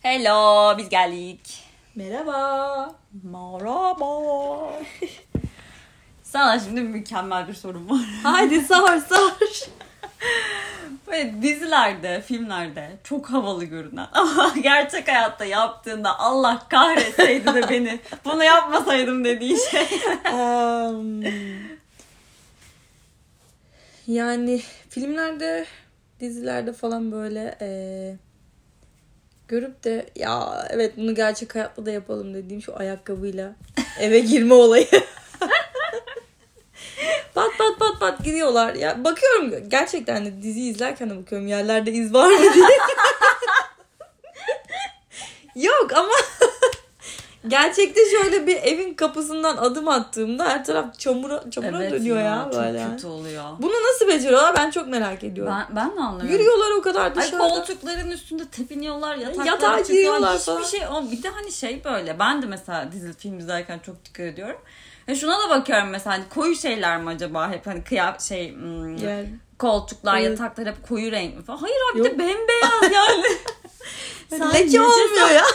Hello, biz geldik. Merhaba. Merhaba. Sana şimdi mükemmel bir sorum var. Haydi sor. Böyle dizilerde, filmlerde çok havalı görünen ama gerçek hayatta yaptığında Allah kahretseydi de beni bunu yapmasaydım dediği şey. Yani filmlerde, dizilerde falan böyle görüp de ya evet bunu gerçek hayatta da yapalım dediğim şu ayakkabıyla eve girme olayı. Pat giriyorlar. Ya bakıyorum gerçekten de dizi izlerken de bakıyorum yerlerde iz var mı diye. Yok ama gerçekte şöyle bir evin kapısından adım attığımda her taraf çamura Evet dönüyor ya böyle. Çok kötü oluyor. Bunu nasıl beceriyorlar ben çok merak ediyorum. Ben de anlamıyorum. Yürüyorlar o kadar dışarıda. Ay koltukların üstünde tepiniyorlar, Yatağa yataklara giriyorlar çıkıyorlar. falan. Hiçbir şey o bir de hani şey böyle. Ben de mesela dizi film izlerken çok dikkat ediyorum. Ve şuna da bakıyorum mesela hani koyu şeyler mi acaba hep hani Yani. koltuklar, Evet. yataklar hep koyu renk mi falan. Hayır abi Yok. bir de bembeyaz yani. Leke olmuyor ya.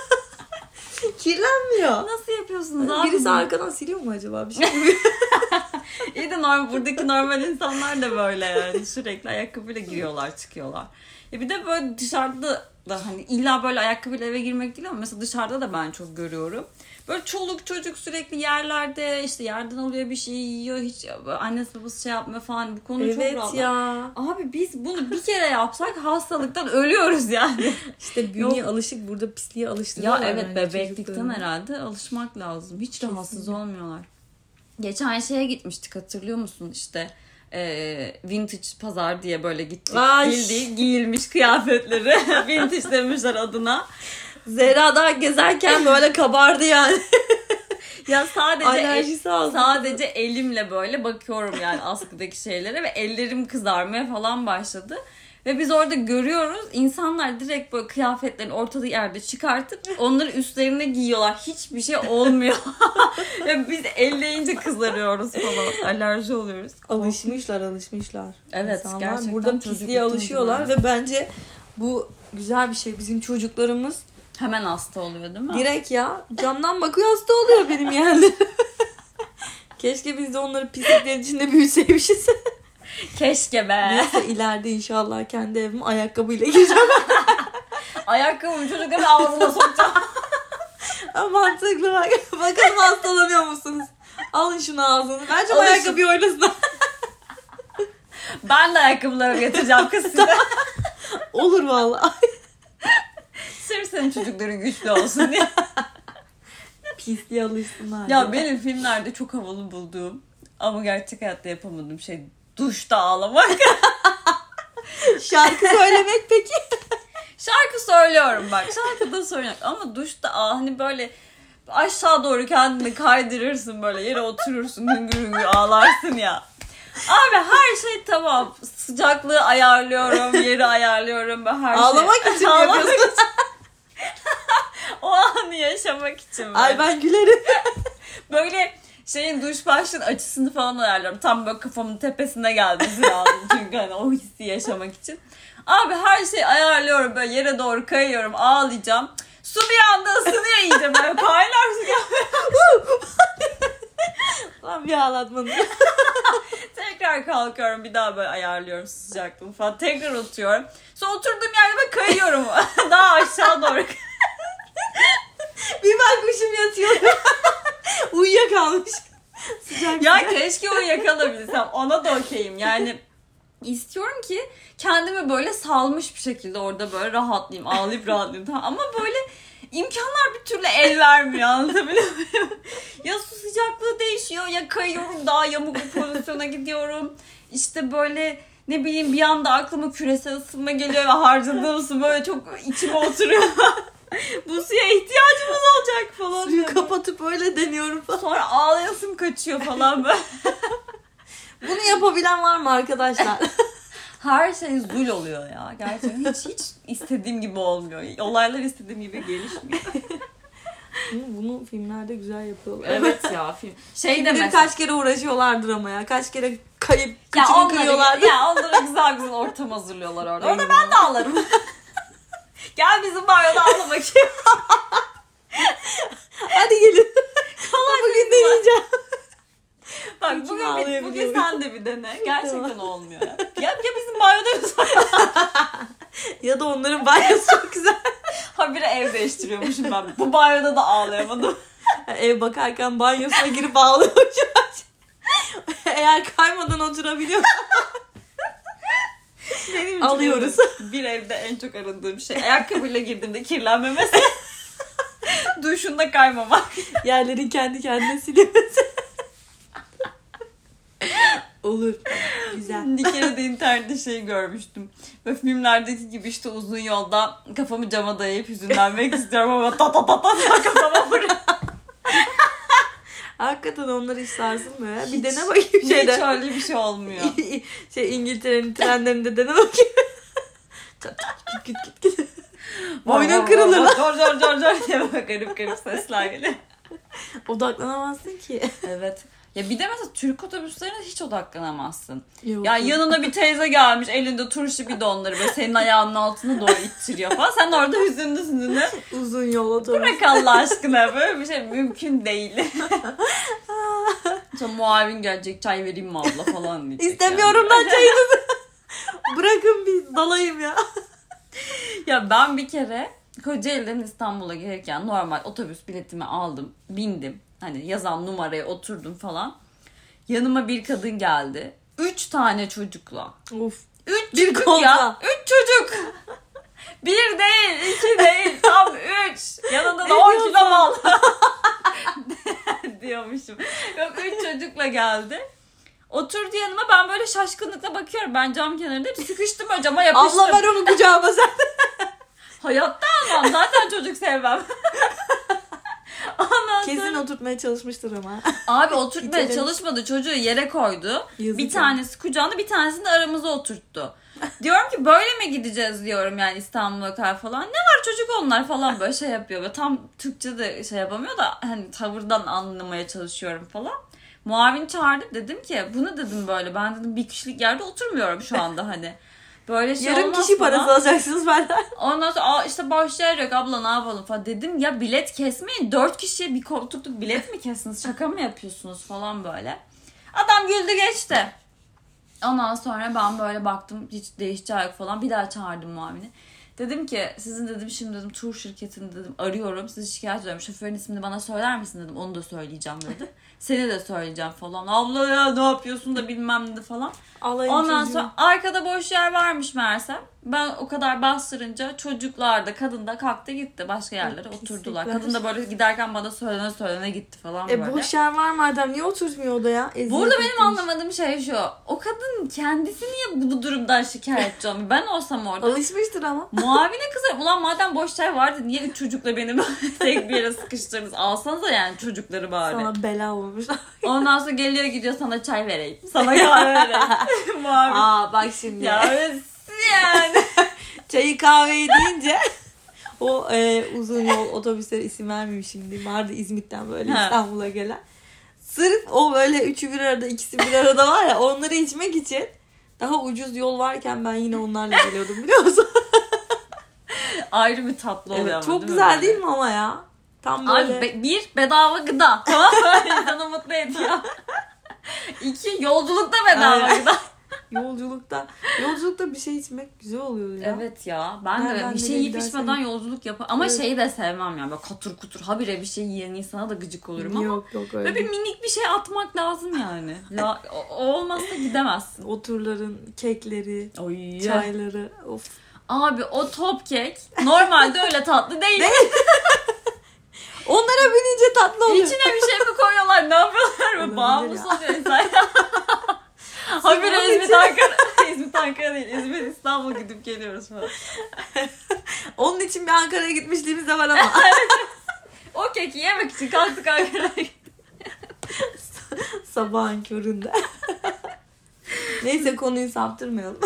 Kirlenmiyor. Nasıl yapıyorsunuz abi? Birisi arkadan siliyor mu acaba bir şey? İyi de buradaki normal insanlar da böyle yani sürekli ayakkabıyla giriyorlar çıkıyorlar. Bir de böyle dışarıda da hani illa böyle ayakkabıyla eve girmek değil ama mesela dışarıda da ben çok görüyorum. Böyle çoluk çocuk sürekli yerlerde işte yerden alıyor bir şey yiyor hiç annesi babası şey yapmıyor falan bu konu çok Evet rahat. ya. Abi biz bunu bir kere yapsak hastalıktan ölüyoruz yani. İşte bünye alışık burada pisliğe Ya alıştırıyorlar. evet yani bebeklikten çocuklarını. herhalde alışmak lazım. Hiç Kesinlikle. rahatsız olmuyorlar. Geçen şeye gitmiştik hatırlıyor musun işte vintage pazar diye böyle gittik. Ay. Bildiğin giyilmiş kıyafetleri vintage demişler adına. Zehra daha gezerken böyle kabardı yani. Ya Alerjisi aldı. sadece elimle böyle bakıyorum yani askıdaki şeylere ve ellerim kızarmaya falan başladı. Ve biz orada görüyoruz insanlar direkt böyle kıyafetlerini ortada yerde çıkartıp onları üstlerine giyiyorlar. Hiçbir şey olmuyor. Ya biz elleyince kızarıyoruz falan. Alerji oluyoruz. Alışmışlar. Evet, İnsanlar gerçekten burada çocukluktan pisliğe alışıyorlar itibaren. ve bence bu güzel bir şey. Bizim çocuklarımız Hemen hasta oluyor değil mi? direkt ya camdan bakıyor hasta oluyor benim yani. Keşke biz de onları pisliklerin içinde büyüseymişiz. Keşke be. Neyse ileride inşallah kendi evime ayakkabıyla gireceğim. Ayakkabımı çocukların ağzına sokacağım. Mantıklı bak. Bakalım hastalanıyor musunuz? Alın şunu ağzını. Bence Alın ayakkabıyı oynasın. Ben de ayakkabılarımı getireceğim kız size. Olur vallahi. Sırf senin çocukların güçlü olsun diye. Pisliğe alışsınlar. Ya benim filmlerde çok havalı bulduğum ama gerçek hayatta yapamadığım şey duşta ağlamak. Şarkı söylemek peki? Şarkı söylüyorum bak. Şarkı da söylüyorum ama duşta hani böyle aşağı doğru kendini kaydırırsın böyle yere oturursun hüngür hüngür ağlarsın ya. Abi her şey tamam. Sıcaklığı ayarlıyorum, yeri ayarlıyorum. Ben her Ağlamak için mi Ağlamak yapıyorsun? o anı yaşamak için. Ay ben gülerim. Böyle duş başlığının açısını falan ayarlıyorum. Tam böyle kafamın tepesine geldi lazım. Çünkü hani o hissi yaşamak için. Abi her şeyi ayarlıyorum. Böyle yere doğru kayıyorum. Ağlayacağım. Su bir anda ısınıyor iyice. Böyle kaynar su gelmiyor. Lan bir ağlatmadın. Tekrar kalkıyorum. Bir daha böyle ayarlıyorum sıcaklığımı falan. Tekrar oturuyorum. Sonra oturduğum yerde böyle kayıyorum. Daha aşağı doğru. Bir bakmışım yatıyor. Uyuyakalmış. Sıcak. Ya keşke uyuyakalabilsem. Ona da okeyim. Yani istiyorum ki kendimi böyle salmış bir şekilde orada böyle rahatlayayım. Ağlayıp rahatlayayım. Tamam. Ama böyle imkanlar bir türlü el vermiyor. Anlatabiliyor muyum? Ya su sıcaklığı değişiyor. Ya kayıyorum daha yamuk bir pozisyona gidiyorum. İşte böyle ne bileyim bir anda aklıma küresel ısınma geliyor ve harcadığım su böyle çok içime oturuyor. Bu suya ihtiyacımız olacak falan. Suyu kapatıp öyle deniyorum falan. Sonra ağlayasım kaçıyor falan böyle. Bunu yapabilen var mı arkadaşlar? Her şey zul oluyor ya. Gerçekten hiç istediğim gibi olmuyor. Olaylar istediğim gibi gelişmiyor. Bunu filmlerde güzel yapıyorlar. Evet ya film. Şey Kim de bilir mesela. kaç kere uğraşıyorlardır ama ya. Kaç kere kayıp Ya kıçını kırıyorlardır. onlara güzel ortam hazırlıyorlar orada. Orada ben de ağlarım. Gel bizim banyoda ağla bakayım. Hadi gelin. Bugün deneyeceğim. Bak bugün sen de bir dene. Gerçekten olmuyor ya. Ya bizim banyoda Ya da onların banyosu çok güzel. Habire ev değiştiriyormuşum ben. Bu banyoda da ağlayamadım. Ev bakarken banyosuna girip ağlıyor. Eğer kaymadan oturabiliyorsan Benim alıyoruz. Bir evde en çok aradığım şey ayakkabıyla girdiğimde kirlenmemesi. Duşunda kaymamak. Yerlerin kendi kendine silemesi. Olur. Güzel. Bir kere de internette şey görmüştüm. Ve filmlerdeki gibi işte uzun yolda kafamı cama dayayıp hüzünlenmek istiyorum ama ta kafama vuruyor. Hakikaten onlar hiç sarsılmıyor ya. Bir dene bakayım şeyden. Hiç öyle bir şey olmuyor. İngiltere'nin trenlerinde dene bakayım. Git. Boynun kırılır lan. Jor diye böyle garip sesler geliyor. Odaklanamazsın ki. Evet. Ya bir de mesela Türk otobüslerine hiç odaklanamazsın. Yok, ya yanına bir teyze gelmiş elinde turşu bidonları ve senin ayağının altına doğru ittiriyor falan. Sen orada hüzünlüsün. Uzun yol otobüs. Bırak Allah aşkına, böyle bir şey mümkün değil. Sonra muavin gelecek, çay vereyim mi abla falan diyecek. İstemiyorum yani. ben çayınızı. Bırakın bir dalayım ya. Ya ben bir kere Kocaeli'den İstanbul'a gelirken normal otobüs biletimi aldım. Bindim. Hani yazan numaraya oturdum falan. Yanıma bir kadın geldi. 3 tane çocukla. Of. 3 Bir çocuk kolpa. ya. 3 çocuk. 1 değil, 2 değil. Tam 3. Yanında da 10 kilo mal. Diyormuşum. Yok 3 çocukla geldi. Oturdu yanıma, ben böyle şaşkınlıkla bakıyorum. Ben cam kenarında sıkıştım hocama, yapıştım. Abla ver onu kucağıma sen. Hayatta almam. Zaten çocuk sevmem. Kesin oturtmaya çalışmıştır ama. Abi oturtmaya çalışmadı. Çocuğu yere koydu. Yazık bir tanesi kucağında, bir tanesini de aramıza oturttu. Diyorum ki böyle mi gideceğiz diyorum yani İstanbul'a kadar falan. Ne var çocuk onlar falan böyle şey yapıyor. Ve tam Türkçe de şey yapamıyor da hani tavırdan anlamaya çalışıyorum falan. Muavin çağırdı, dedim ki bunu dedim böyle. Ben dedim bir kişilik yerde oturmuyorum şu anda hani. Böyle şey yarım olmaz kişi falan. parası alacaksınız benden. Ondan sonra işte boş yer yok abla, ne yapalım falan. Dedim ya bilet kesmeyin. 4 kişiye bir koltukluk bilet mi kestiniz? Şaka mı yapıyorsunuz falan böyle. Adam güldü geçti. Ondan sonra ben böyle baktım, hiç değişeceği yok falan. Bir daha çağırdım muavini. Dedim ki sizin dedim şimdi dedim tur şirketini dedim arıyorum. Sizi şikayet ediyorum. Şoförün ismini bana söyler misin dedim. Onu da söyleyeceğim dedi. Seni de söyleyeceğim falan. Abla ya ne yapıyorsun da bilmem ne falan. Ondan sonra arkada boş yer varmış meğerse. Ben o kadar bastırınca çocuklar da kadın da kalktı gitti. Başka yerlere oturdular. Kadın da böyle giderken bana söylene gitti falan böyle. Boş yer var madem niye oturtmuyor odaya? Burada benim anlamadığım şey şu. O kadın kendisi niye bu durumdan şikayetçi olmuyor? Ben olsam orada. Alışmıştır ama. Muavine kızar. Ulan madem boş yer vardı niye 3 çocukla beni tek bir yere sıkıştırdınız? Alsanıza yani çocukları bari. Sana bela olmuşlar. Ondan sonra geliyor gidiyor, sana çay vereyim. Sana kahve vereyim. Muavin. Bak şimdi. Ya yani. Çayı kahveyi deyince o uzun yol otobüslere isim vermeyeyim şimdi. Vardı İzmit'ten böyle İstanbul'a gelen. Sırf o böyle üçü bir arada, ikisi bir arada var ya, onları içmek için daha ucuz yol varken ben yine onlarla geliyordum biliyor musun? Ayrı bir tatlı oluyor ama çok değil güzel mi? değil mi ama ya? Tam böyle. Abi bir bedava gıda. Tamam mı? İnsanı mutlu ediyor. 2 yolculukta bedava gıda. Yolculukta bir şey içmek güzel oluyor ya. Evet ya. Ben de bir şey yiyip içmeden yolculuk yaparım. Ama evet. Şeyi de sevmem ya. Böyle katır kutur habire bir şey yiyen insana da gıcık olurum ama. Yok öyle. Böyle bir minik bir şey atmak lazım yani. O olmazsa gidemezsin. O turların kekleri, Oy. çayları. Of. Abi o top kek normalde öyle tatlı değil. Onlara binince tatlı oluyor. İçine bir şey mi koyuyorlar? Ne yapıyorlar mı? Bağımlısı oluyor insan. Habire İzmit Ankara. İzmit Ankara değil. İzmit İstanbul gidip geliyoruz falan. Onun için bir Ankara'ya gitmişliğimiz de var ama. O keki yemek için kalktık Ankara'ya gittik. Sabahın köründe. Neyse konuyu saptırmayalım.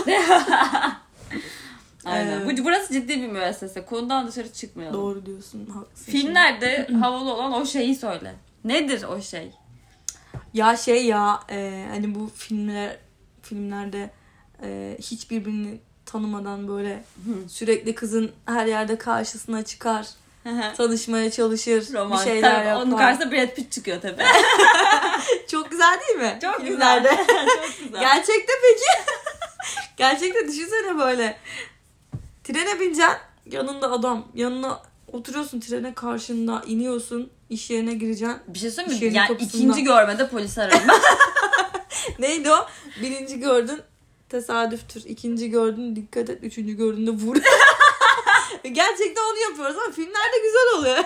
Aynen. Burası ciddi bir müessese. Konudan dışarı çıkmayalım. Doğru diyorsun. Haklısın. Filmlerde havalı olan o şeyi söyle. Nedir o şey? Ya hani bu filmlerde hiç birbirini tanımadan böyle sürekli kızın her yerde karşısına çıkar. Tanışmaya çalışır. Romantik. Bir şeyler Tabii, yapar. onun karşısında Brad Pitt çıkıyor tabii. Çok güzel değil mi? Çok Filmlerde. güzel. Çok güzel. Gerçekte peki? Gerçekte düşünsene böyle. Trene bineceksin. Yanında adam. Yanına oturuyorsun trene karşında. İniyorsun. İş yerine gireceksin. Bir şey söyleyeyim İş mi? yerinin Yani kapısından. ikinci görmede polis ararım ben. Neydi o? Birinci gördün. Tesadüftür. İkinci gördün. Dikkat et. Üçüncü gördüğünde vur. Gerçekten onu yapıyoruz ama filmlerde güzel oluyor.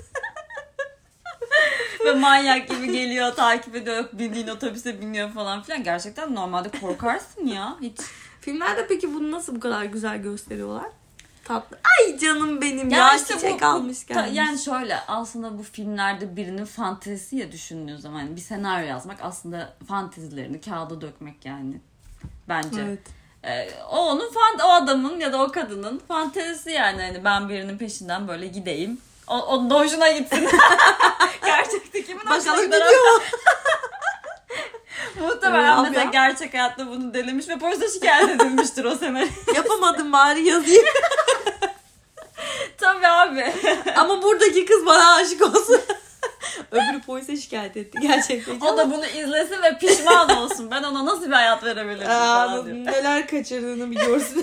Ve manyak gibi geliyor, takip ediyor, yok bildiğin otobüse biniyor falan filan. Gerçekten normalde korkarsın ya. Hiç. Filmlerde peki bunu nasıl bu kadar güzel gösteriyorlar? Tatlı. Ay canım benim ya. Yani işte Çiçek almış gelmiş. yani şöyle aslında bu filmlerde birinin fantezisi ya düşündüğün zaman. Yani bir senaryo yazmak aslında fantezilerini kağıda dökmek yani. Bence. Evet. O adamın ya da o kadının fantezisi yani. Hani ben birinin peşinden böyle gideyim. Onun da hoşuna gitsin. Gerçekte kimin hoşuna Bakalım gider? gidiyor mu? Muhtemelen Abi mesela ya. gerçek hayatta bunu denemiş ve polise şikayet edilmiştir o sene. Yapamadım bari yazayım. Tabii abi. Ama buradaki kız bana aşık olsun. Öbürü polise şikayet etti gerçekten. O da bunu izlesin ve pişman olsun. Ben ona nasıl bir hayat verebilirim falan diyor. Neler kaçırdığını biliyorsun.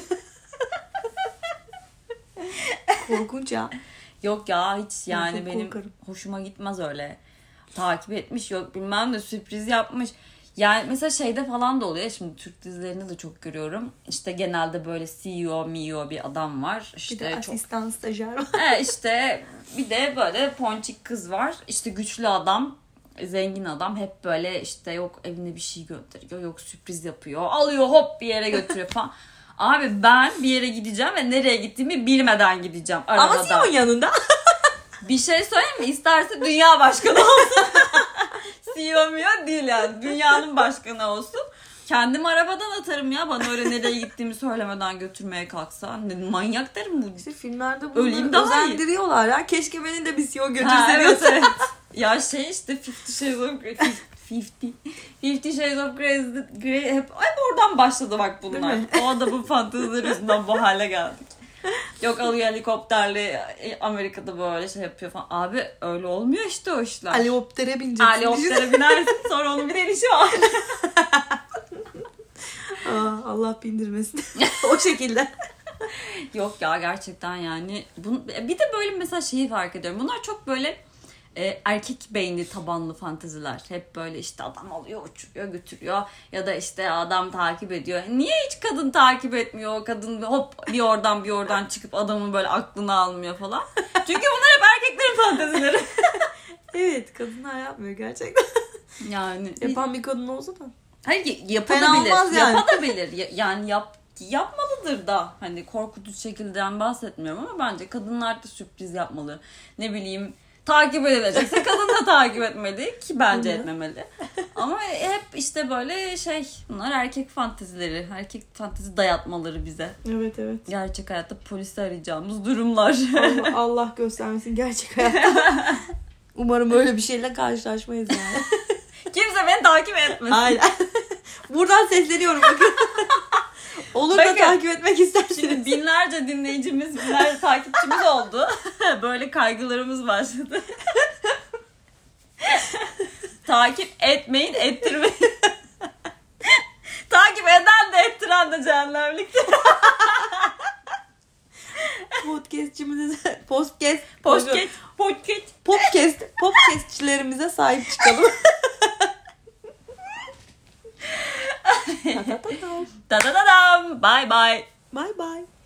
Korkunç ya. Yok ya hiç yani çok benim korkarım. hoşuma gitmez öyle. Takip etmiş yok bilmem de sürpriz yapmış. Yani mesela şeyde falan da oluyor. Şimdi Türk dizilerinde de çok görüyorum. İşte genelde böyle CEO, CEO bir adam var. İşte Bir de çok asistan stajyer var. işte bir de böyle ponçik kız var. İşte güçlü adam, zengin adam hep böyle işte yok evine bir şey gönderiyor, yok sürpriz yapıyor, alıyor hop bir yere götürüyor falan. Abi ben bir yere gideceğim ve nereye gittiğimi bilmeden gideceğim arabada. Ama CEO'nun yanında. Bir şey söyleyeyim mi? İsterse dünya başkanı olsun. CEO miyo değil yani. Dünyanın başkanı olsun. Kendim arabadan atarım ya. Bana öyle nereye gittiğimi söylemeden götürmeye kalksa. Manyak derim bu. İşte filmlerde bunu Öleyim daha iyi. özendiriyorlar ya. Keşke beni de bir CEO götürse Ha, evet, diyorsun. evet. Ya şey işte 50 Shades of Grey hep oradan başladı bak bunlar. O adamın fantezileri yüzünden bu hale geldik. Yok alıyor helikopterle Amerika'da böyle şey yapıyor falan. Abi öyle olmuyor işte o işler. Helikoptere bineceksin. Helikoptere binersin sonra onun bir de işi var. Allah bindirmesin. O şekilde. Yok ya gerçekten yani. Bir de böyle mesela şeyi fark ediyorum. Bunlar çok böyle erkek beyni tabanlı fanteziler. Hep böyle işte adam alıyor, uçuruyor, götürüyor. Ya da işte adam takip ediyor. Niye hiç kadın takip etmiyor? O kadın hop bir oradan çıkıp adamın böyle aklını almıyor falan. Çünkü bunlar hep erkeklerin fantezileri. Evet, kadınlar yapmıyor gerçekten. Yani Yapan bir kadın olsa da. hayır Fena yapabilir. olmaz yani. Yapabilir. Yani yapmalıdır da. Hani korkutucu şekilden bahsetmiyorum ama bence kadınlar da sürpriz yapmalı. Ne bileyim takip edilecekse kadın da takip etmeli ki bence etmemeli. Ama hep işte böyle bunlar erkek fantezileri. Erkek fantezi dayatmaları bize. Evet. Gerçek hayatta polisi arayacağımız durumlar. Allah göstermesin gerçek hayatta. Umarım öyle bir şeyle karşılaşmayız yani. Kimse beni takip etmesin. Aynen. Buradan sesleniyorum bakın. Olur da Bakın, takip etmek isterseniz. Şimdi binlerce dinleyicimiz, binlerce takipçimiz oldu. Böyle kaygılarımız başladı. Takip etmeyin, ettirmeyin. Takip eden de ettiren de cehennemliktir. Podcastçilerimize sahip çıkalım. Da da da dam. Bye bye. Bye bye.